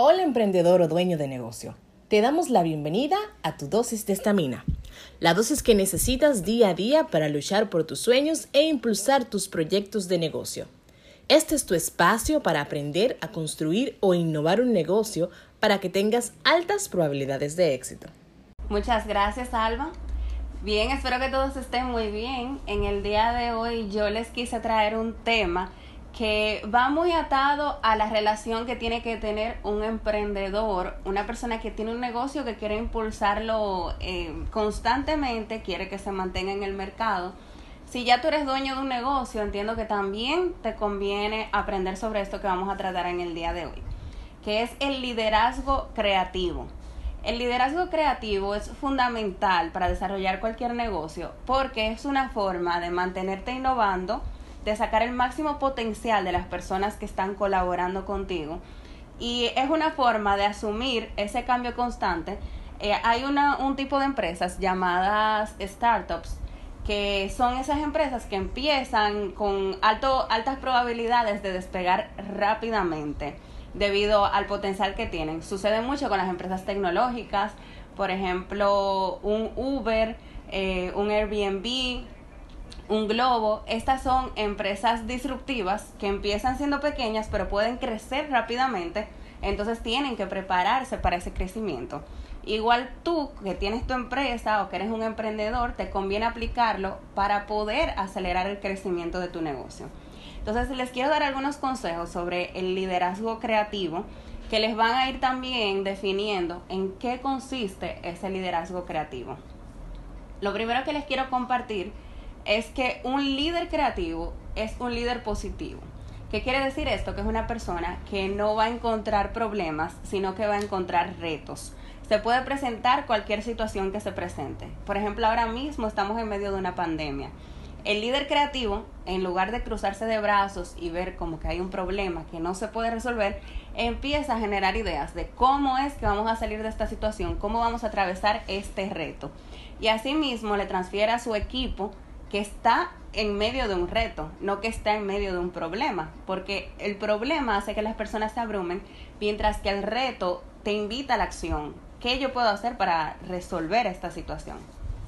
Hola emprendedor o dueño de negocio. Te damos la bienvenida a tu dosis de estamina. La dosis que necesitas día a día para luchar por tus sueños e impulsar tus proyectos de negocio. Este es tu espacio para aprender a construir o innovar un negocio para que tengas altas probabilidades de éxito. Muchas gracias, Alba. Bien, espero que todos estén muy bien. En el día de hoy yo les quise traer un tema que va muy atado a la relación que tiene que tener un emprendedor, una persona que tiene un negocio que quiere impulsarlo constantemente, quiere que se mantenga en el mercado. Si ya tú eres dueño de un negocio, entiendo que también te conviene aprender sobre esto que vamos a tratar en el día de hoy, que es el liderazgo creativo. El liderazgo creativo es fundamental para desarrollar cualquier negocio porque es una forma de mantenerte innovando, de sacar el máximo potencial de las personas que están colaborando contigo, y es una forma de asumir ese cambio constante. Hay un tipo de empresas llamadas startups, que son esas empresas que empiezan con altas probabilidades de despegar rápidamente debido al potencial que tienen. Sucede mucho con las empresas tecnológicas, por ejemplo, un Uber, un Airbnb, un Globo. Estas son empresas disruptivas que empiezan siendo pequeñas pero pueden crecer rápidamente, entonces tienen que prepararse para ese crecimiento. Igual tú que tienes tu empresa o que eres un emprendedor, te conviene aplicarlo para poder acelerar el crecimiento de tu negocio. Entonces les quiero dar algunos consejos sobre el liderazgo creativo que les van a ir también definiendo en qué consiste ese liderazgo creativo. Lo primero que les quiero compartir es que un líder creativo es un líder positivo. ¿Qué quiere decir esto? Que es una persona que no va a encontrar problemas, sino que va a encontrar retos. Se puede presentar cualquier situación que se presente. Por ejemplo, ahora mismo estamos en medio de una pandemia. El líder creativo, en lugar de cruzarse de brazos y ver como que hay un problema que no se puede resolver, empieza a generar ideas de cómo es que vamos a salir de esta situación, cómo vamos a atravesar este reto. Y asimismo le transfiere a su equipo que está en medio de un reto, no que está en medio de un problema, porque el problema hace que las personas se abrumen, mientras que el reto te invita a la acción. ¿Qué yo puedo hacer para resolver esta situación?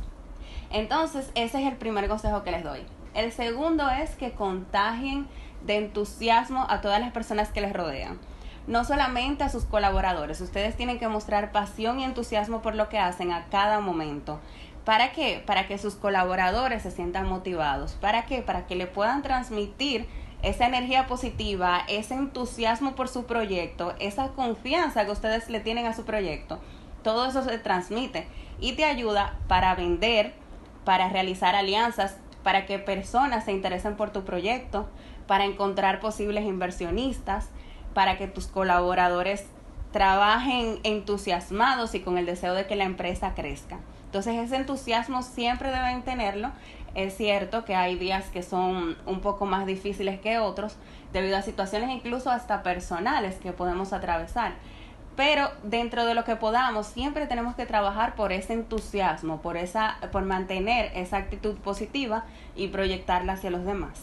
Entonces, ese es el primer consejo que les doy. El segundo es que contagien de entusiasmo a todas las personas que les rodean. No solamente a sus colaboradores. Ustedes tienen que mostrar pasión y entusiasmo por lo que hacen a cada momento. ¿Para qué? Para que sus colaboradores se sientan motivados. ¿Para qué? Para que le puedan transmitir esa energía positiva, ese entusiasmo por su proyecto, esa confianza que ustedes le tienen a su proyecto. Todo eso se transmite y te ayuda para vender, para realizar alianzas, para que personas se interesen por tu proyecto, para encontrar posibles inversionistas, para que tus colaboradores trabajen entusiasmados y con el deseo de que la empresa crezca. Entonces ese entusiasmo siempre deben tenerlo. Es cierto que hay días que son un poco más difíciles que otros, debido a situaciones incluso hasta personales que podemos atravesar. Pero dentro de lo que podamos, siempre tenemos que trabajar por ese entusiasmo, por mantener esa actitud positiva y proyectarla hacia los demás.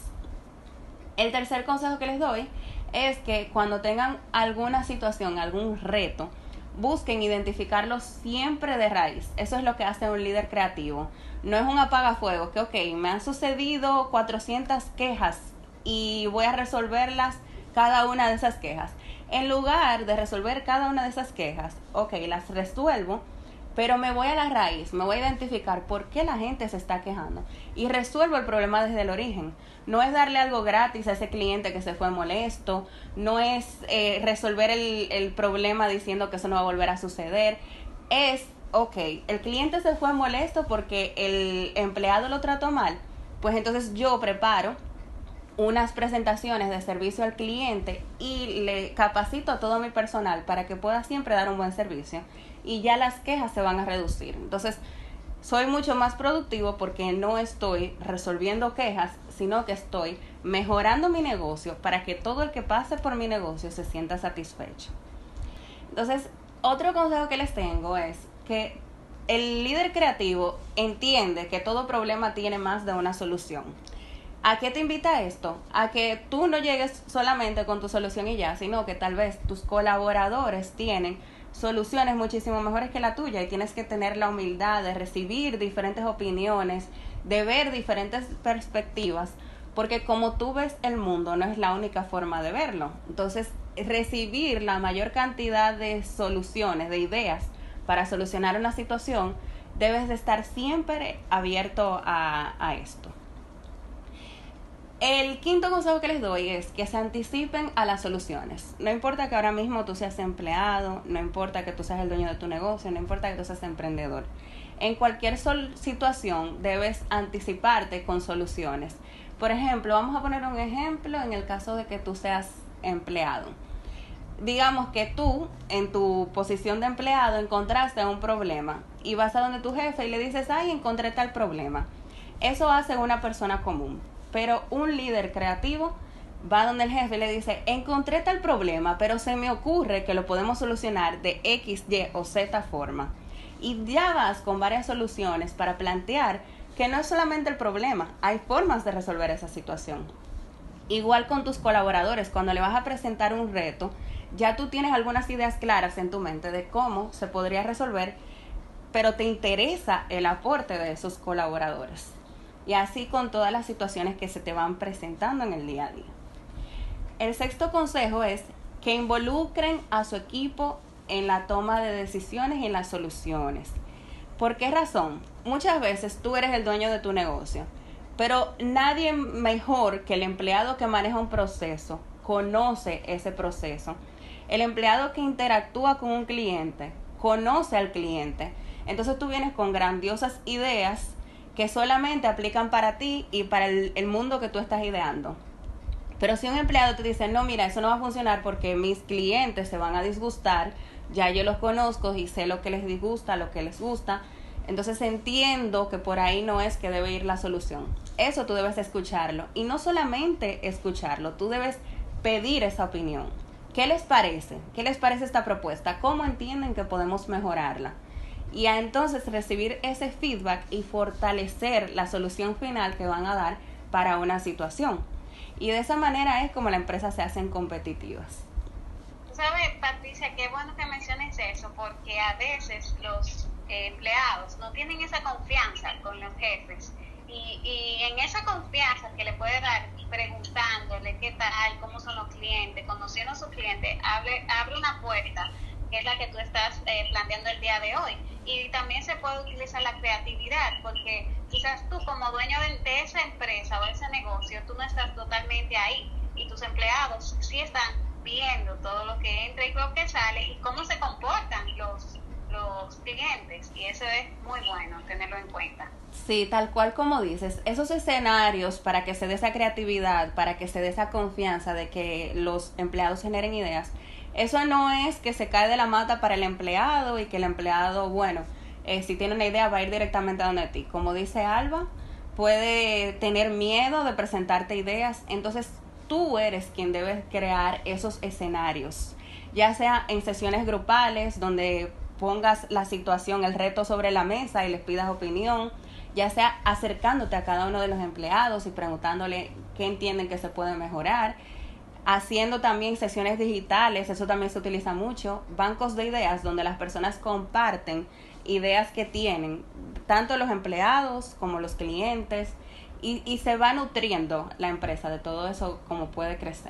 El tercer consejo que les doy es que cuando tengan alguna situación, algún reto, busquen identificarlo siempre de raíz. Eso es lo que hace un líder creativo. No es un apagafuegos que, me han sucedido 400 quejas y voy a resolverlas cada una de esas quejas. En lugar de resolver cada una de esas quejas, las resuelvo, pero me voy a la raíz, me voy a identificar por qué la gente se está quejando y resuelvo el problema desde el origen. No es darle algo gratis a ese cliente que se fue molesto, no es resolver el problema diciendo que eso no va a volver a suceder. Es, el cliente se fue molesto porque el empleado lo trató mal, pues entonces yo preparo unas presentaciones de servicio al cliente y le capacito a todo mi personal para que pueda siempre dar un buen servicio y ya las quejas se van a reducir. Entonces soy mucho más productivo porque no estoy resolviendo quejas, sino que estoy mejorando mi negocio para que todo el que pase por mi negocio se sienta satisfecho. Entonces, otro consejo que les tengo es que el líder creativo entiende que todo problema tiene más de una solución. ¿A qué te invita esto? A que tú no llegues solamente con tu solución y ya, sino que tal vez tus colaboradores tienen soluciones muchísimo mejores que la tuya y tienes que tener la humildad de recibir diferentes opiniones, de ver diferentes perspectivas, porque como tú ves el mundo no es la única forma de verlo. Entonces, recibir la mayor cantidad de soluciones, de ideas para solucionar una situación, debes de estar siempre abierto a esto. El quinto consejo que les doy es que se anticipen a las soluciones. No importa que ahora mismo tú seas empleado, no importa que tú seas el dueño de tu negocio, no importa que tú seas emprendedor. En cualquier situación debes anticiparte con soluciones. Por ejemplo, vamos a poner un ejemplo en el caso de que tú seas empleado. Digamos que tú, en tu posición de empleado, encontraste un problema y vas a donde tu jefe y le dices, ay, encontré tal problema. Eso hace una persona común. Pero un líder creativo va donde el jefe y le dice, encontré tal problema, pero se me ocurre que lo podemos solucionar de X, Y o Z forma. Y ya vas con varias soluciones para plantear que no es solamente el problema, hay formas de resolver esa situación. Igual con tus colaboradores, cuando le vas a presentar un reto, ya tú tienes algunas ideas claras en tu mente de cómo se podría resolver, pero te interesa el aporte de esos colaboradores. Y así con todas las situaciones que se te van presentando en el día a día. El sexto consejo es que involucren a su equipo en la toma de decisiones y en las soluciones. ¿Por qué razón? Muchas veces tú eres el dueño de tu negocio, pero nadie mejor que el empleado que maneja un proceso conoce ese proceso. El empleado que interactúa con un cliente conoce al cliente. Entonces tú vienes con grandiosas ideas que solamente aplican para ti y para el mundo que tú estás ideando. Pero si un empleado te dice, no, mira, eso no va a funcionar porque mis clientes se van a disgustar, ya yo los conozco y sé lo que les disgusta, lo que les gusta, entonces entiendo que por ahí no es que debe ir la solución. Eso tú debes escucharlo. Y no solamente escucharlo, tú debes pedir esa opinión. ¿Qué les parece? ¿Qué les parece esta propuesta? ¿Cómo entienden que podemos mejorarla? Y a entonces recibir ese feedback y fortalecer la solución final que van a dar para una situación. Y de esa manera es como las empresas se hacen competitivas. Tú sabes, Patricia, qué bueno que menciones eso, porque a veces los empleados no tienen esa confianza con los jefes. Y en esa confianza que le puede dar preguntándole qué tal, cómo son los clientes, conociendo a sus clientes, abre una puerta que es la que tú estás planteando el día de hoy. Y también se puede utilizar la creatividad, porque quizás tú como dueño de esa empresa o de ese negocio, tú no estás totalmente ahí y tus empleados sí están viendo todo lo que entra y lo que sale y cómo se comportan los clientes, y eso es muy bueno tenerlo en cuenta. Sí, tal cual como dices, esos escenarios para que se dé esa creatividad, para que se dé esa confianza de que los empleados generen ideas, eso no es que se cae de la mata para el empleado y que el empleado, bueno, si tiene una idea va a ir directamente a donde ti. Como dice Alba, puede tener miedo de presentarte ideas, entonces tú eres quien debes crear esos escenarios, ya sea en sesiones grupales donde pongas la situación, el reto sobre la mesa y les pidas opinión, ya sea acercándote a cada uno de los empleados y preguntándole qué entienden que se puede mejorar, haciendo también sesiones digitales, eso también se utiliza mucho, bancos de ideas donde las personas comparten ideas que tienen, tanto los empleados como los clientes, y se va nutriendo la empresa de todo eso como puede crecer.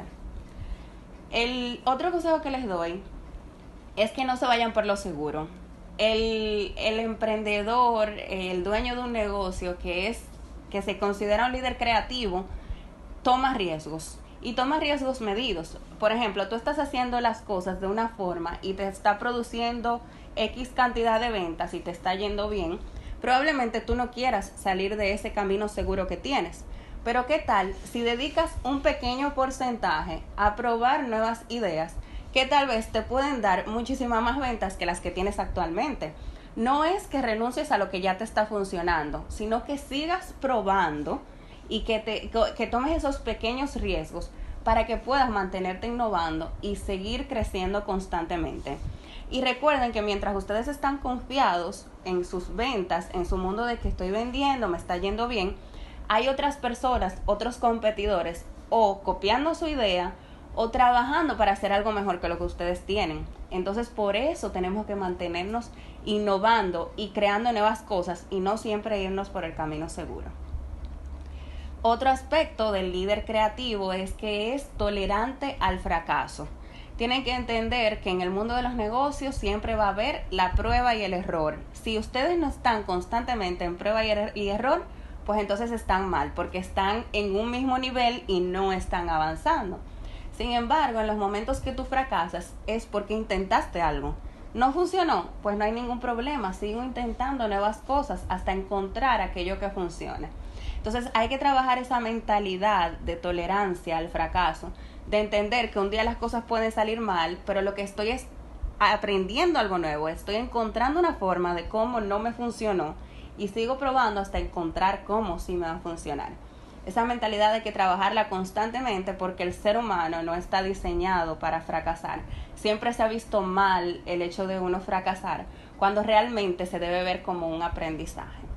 El otro consejo que les doy es que no se vayan por lo seguro. El emprendedor, el dueño de un negocio que se considera un líder creativo, toma riesgos y toma riesgos medidos. Por ejemplo, tú estás haciendo las cosas de una forma y te está produciendo X cantidad de ventas y te está yendo bien. Probablemente tú no quieras salir de ese camino seguro que tienes. Pero ¿qué tal si dedicas un pequeño porcentaje a probar nuevas ideas que tal vez te pueden dar muchísimas más ventas que las que tienes actualmente? No es que renuncies a lo que ya te está funcionando, sino que sigas probando y que tomes esos pequeños riesgos para que puedas mantenerte innovando y seguir creciendo constantemente. Y recuerden que mientras ustedes están confiados en sus ventas, en su mundo de que estoy vendiendo, me está yendo bien, hay otras personas, otros competidores, o copiando su idea, o trabajando para hacer algo mejor que lo que ustedes tienen. Entonces, por eso tenemos que mantenernos innovando y creando nuevas cosas y no siempre irnos por el camino seguro. Otro aspecto del líder creativo es que es tolerante al fracaso. Tienen que entender que en el mundo de los negocios siempre va a haber la prueba y el error. Si ustedes no están constantemente en prueba y error, pues entonces están mal, porque están en un mismo nivel y no están avanzando. Sin embargo, en los momentos que tú fracasas es porque intentaste algo. No funcionó, pues no hay ningún problema. Sigo intentando nuevas cosas hasta encontrar aquello que funcione. Entonces hay que trabajar esa mentalidad de tolerancia al fracaso, de entender que un día las cosas pueden salir mal, pero lo que estoy es aprendiendo algo nuevo. Estoy encontrando una forma de cómo no me funcionó y sigo probando hasta encontrar cómo sí me va a funcionar. Esa mentalidad hay que trabajarla constantemente porque el ser humano no está diseñado para fracasar. Siempre se ha visto mal el hecho de uno fracasar, cuando realmente se debe ver como un aprendizaje.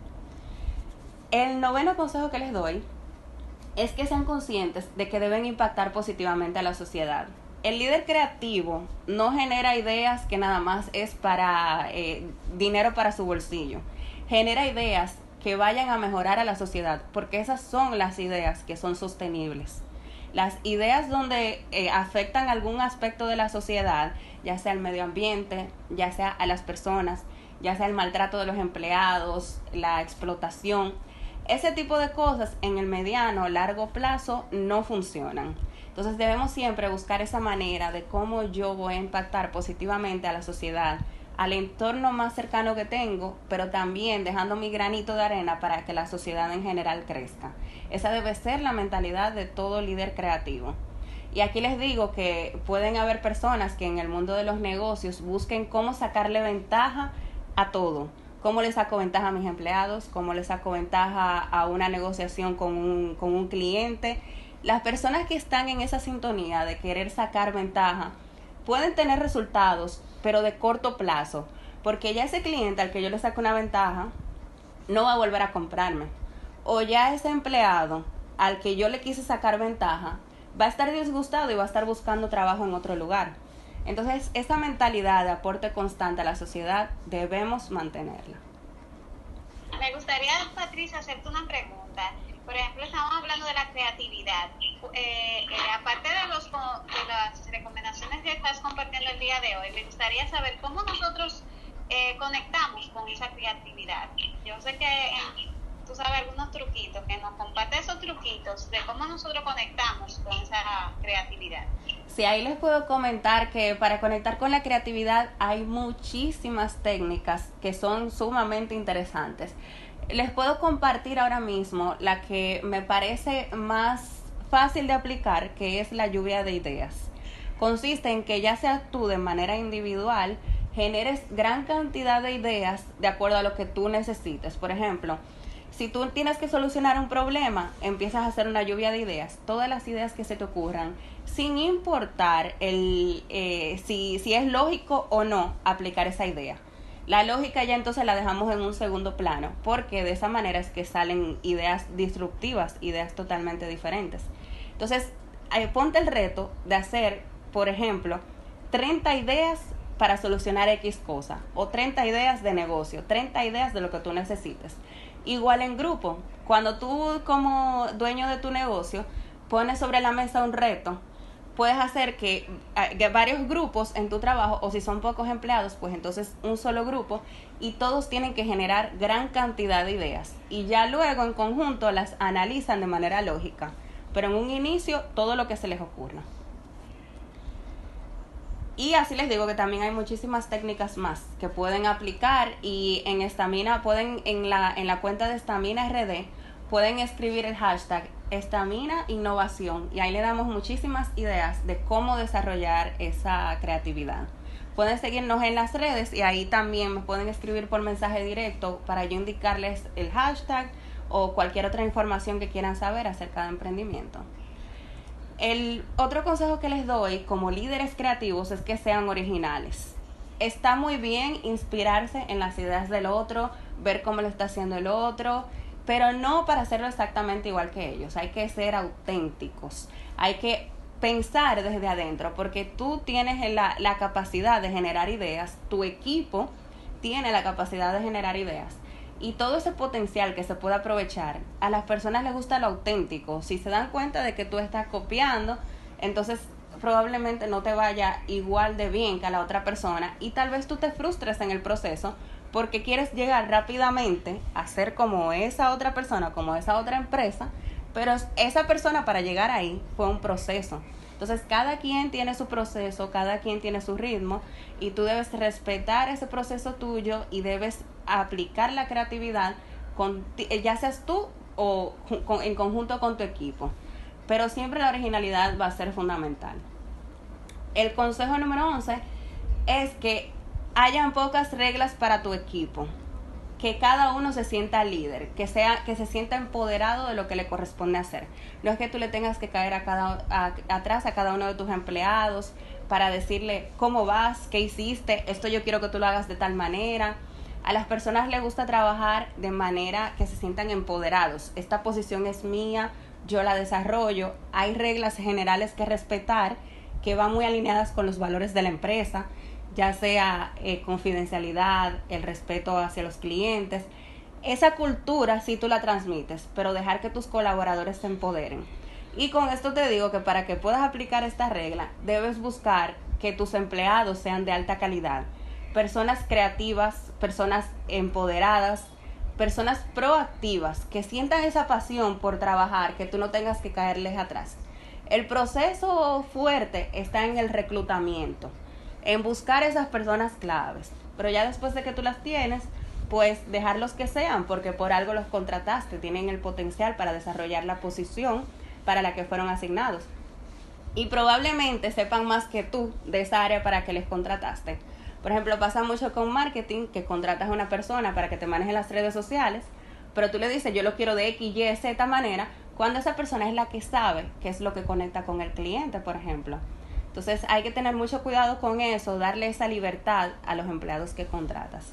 El noveno consejo que les doy es que sean conscientes de que deben impactar positivamente a la sociedad. El líder creativo no genera ideas que nada más es para dinero para su bolsillo. Genera ideas que vayan a mejorar a la sociedad, porque esas son las ideas que son sostenibles. Las ideas donde afectan algún aspecto de la sociedad, ya sea el medio ambiente, ya sea a las personas, ya sea el maltrato de los empleados, la explotación, ese tipo de cosas en el mediano o largo plazo no funcionan. Entonces debemos siempre buscar esa manera de cómo yo voy a impactar positivamente a la sociedad, al entorno más cercano que tengo, pero también dejando mi granito de arena para que la sociedad en general crezca. Esa debe ser la mentalidad de todo líder creativo. Y aquí les digo que pueden haber personas que en el mundo de los negocios busquen cómo sacarle ventaja a todo. Cómo le saco ventaja a mis empleados, cómo le saco ventaja a una negociación con un cliente. Las personas que están en esa sintonía de querer sacar ventaja pueden tener resultados, pero de corto plazo, porque ya ese cliente al que yo le saco una ventaja no va a volver a comprarme. O ya ese empleado al que yo le quise sacar ventaja va a estar disgustado y va a estar buscando trabajo en otro lugar. Entonces, esa mentalidad de aporte constante a la sociedad debemos mantenerla. Me gustaría, Patricia, hacerte una pregunta. Por ejemplo, estamos hablando de la creatividad. Aparte de las recomendaciones que estás compartiendo el día de hoy, me gustaría saber cómo nosotros conectamos con esa creatividad. Yo sé que tú sabes algunos truquitos, que nos compartes esos truquitos de cómo nosotros conectamos con esa creatividad. Sí, ahí les puedo comentar que para conectar con la creatividad hay muchísimas técnicas que son sumamente interesantes. Les puedo compartir ahora mismo la que me parece más fácil de aplicar, que es la lluvia de ideas. Consiste en que ya sea tú de manera individual generes gran cantidad de ideas de acuerdo a lo que tú necesites. Por ejemplo, si tú tienes que solucionar un problema, empiezas a hacer una lluvia de ideas, todas las ideas que se te ocurran, sin importar si es lógico o no aplicar esa idea. La lógica ya entonces la dejamos en un segundo plano, porque de esa manera es que salen ideas disruptivas, ideas totalmente diferentes. Entonces, ponte el reto de hacer, por ejemplo, 30 ideas para solucionar X cosa, o 30 ideas de negocio, 30 ideas de lo que tú necesites. Igual en grupo, cuando tú como dueño de tu negocio pones sobre la mesa un reto, puedes hacer que varios grupos en tu trabajo, o si son pocos empleados, pues entonces un solo grupo, y todos tienen que generar gran cantidad de ideas. Y ya luego en conjunto las analizan de manera lógica, pero en un inicio todo lo que se les ocurra. Y así les digo que también hay muchísimas técnicas más que pueden aplicar, y en Estamina pueden, en la cuenta de Estamina RD, pueden escribir el hashtag Estamina Innovación, y ahí le damos muchísimas ideas de cómo desarrollar esa creatividad. Pueden seguirnos en las redes y ahí también me pueden escribir por mensaje directo para yo indicarles el hashtag o cualquier otra información que quieran saber acerca de emprendimiento. El otro consejo que les doy como líderes creativos es que sean originales. Está muy bien inspirarse en las ideas del otro, ver cómo lo está haciendo el otro, pero no para hacerlo exactamente igual que ellos. Hay que ser auténticos, hay que pensar desde adentro, porque tú tienes la capacidad de generar ideas, tu equipo tiene la capacidad de generar ideas, y todo ese potencial que se puede aprovechar, a las personas les gusta lo auténtico. Si se dan cuenta de que tú estás copiando, entonces probablemente no te vaya igual de bien que a la otra persona, y tal vez tú te frustres en el proceso porque quieres llegar rápidamente a ser como esa otra persona, como esa otra empresa, pero esa persona, para llegar ahí, fue un proceso. Entonces cada quien tiene su proceso, cada quien tiene su ritmo, y tú debes respetar ese proceso tuyo y debes aplicar la creatividad, ya seas tú o en conjunto con tu equipo. Pero siempre la originalidad va a ser fundamental. El consejo número 11 es que hayan pocas reglas para tu equipo, que cada uno se sienta líder, que se sienta empoderado de lo que le corresponde hacer. No es que tú le tengas que caer atrás a cada uno de tus empleados para decirle cómo vas, qué hiciste, esto yo quiero que tú lo hagas de tal manera. A las personas les gusta trabajar de manera que se sientan empoderados. Esta posición es mía, yo la desarrollo. Hay reglas generales que respetar que van muy alineadas con los valores de la empresa, ya sea confidencialidad, el respeto hacia los clientes. Esa cultura sí tú la transmites, pero dejar que tus colaboradores se empoderen. Y con esto te digo que para que puedas aplicar esta regla, debes buscar que tus empleados sean de alta calidad, personas creativas, personas empoderadas, personas proactivas, que sientan esa pasión por trabajar, que tú no tengas que caerles atrás. El proceso fuerte está en el reclutamiento, en buscar esas personas claves, pero ya después de que tú las tienes, pues dejarlos que sean, porque por algo los contrataste, tienen el potencial para desarrollar la posición para la que fueron asignados, y probablemente sepan más que tú de esa área para que les contrataste. Por ejemplo, pasa mucho con marketing, que contratas a una persona para que te maneje las redes sociales, pero tú le dices, yo lo quiero de X, Y, Z manera, cuando esa persona es la que sabe qué es lo que conecta con el cliente, por ejemplo. Entonces hay que tener mucho cuidado con eso, darle esa libertad a los empleados que contratas.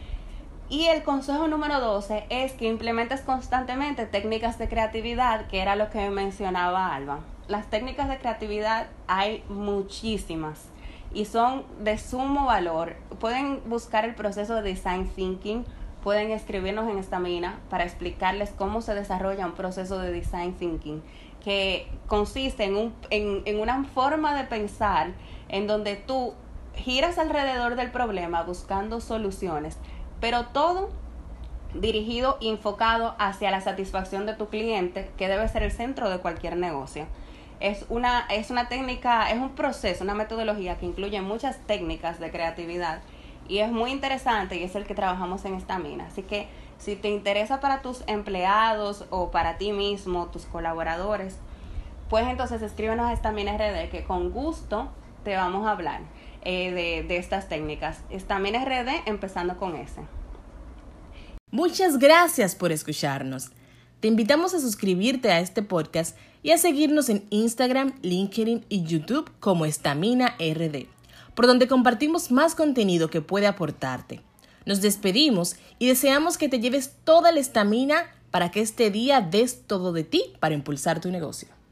Y el consejo número 12 es que implementes constantemente técnicas de creatividad, que era lo que mencionaba Alba. Las técnicas de creatividad hay muchísimas y son de sumo valor. Pueden buscar el proceso de Design Thinking, pueden escribirnos en Estamina para explicarles cómo se desarrolla un proceso de Design Thinking, que consiste en una forma de pensar en donde tú giras alrededor del problema buscando soluciones, pero todo dirigido y enfocado hacia la satisfacción de tu cliente, que debe ser el centro de cualquier negocio. Es una técnica, es un proceso, una metodología que incluye muchas técnicas de creatividad y es muy interesante, y es el que trabajamos en Estamina. Así que si te interesa para tus empleados o para ti mismo, tus colaboradores, pues entonces escríbenos a Estamina RD, que con gusto te vamos a hablar de estas técnicas. Estamina RD empezando con S. Muchas gracias por escucharnos. Te invitamos a suscribirte a este podcast y a seguirnos en Instagram, LinkedIn y YouTube como Estamina RD, por donde compartimos más contenido que puede aportarte. Nos despedimos y deseamos que te lleves toda la estamina para que este día des todo de ti para impulsar tu negocio.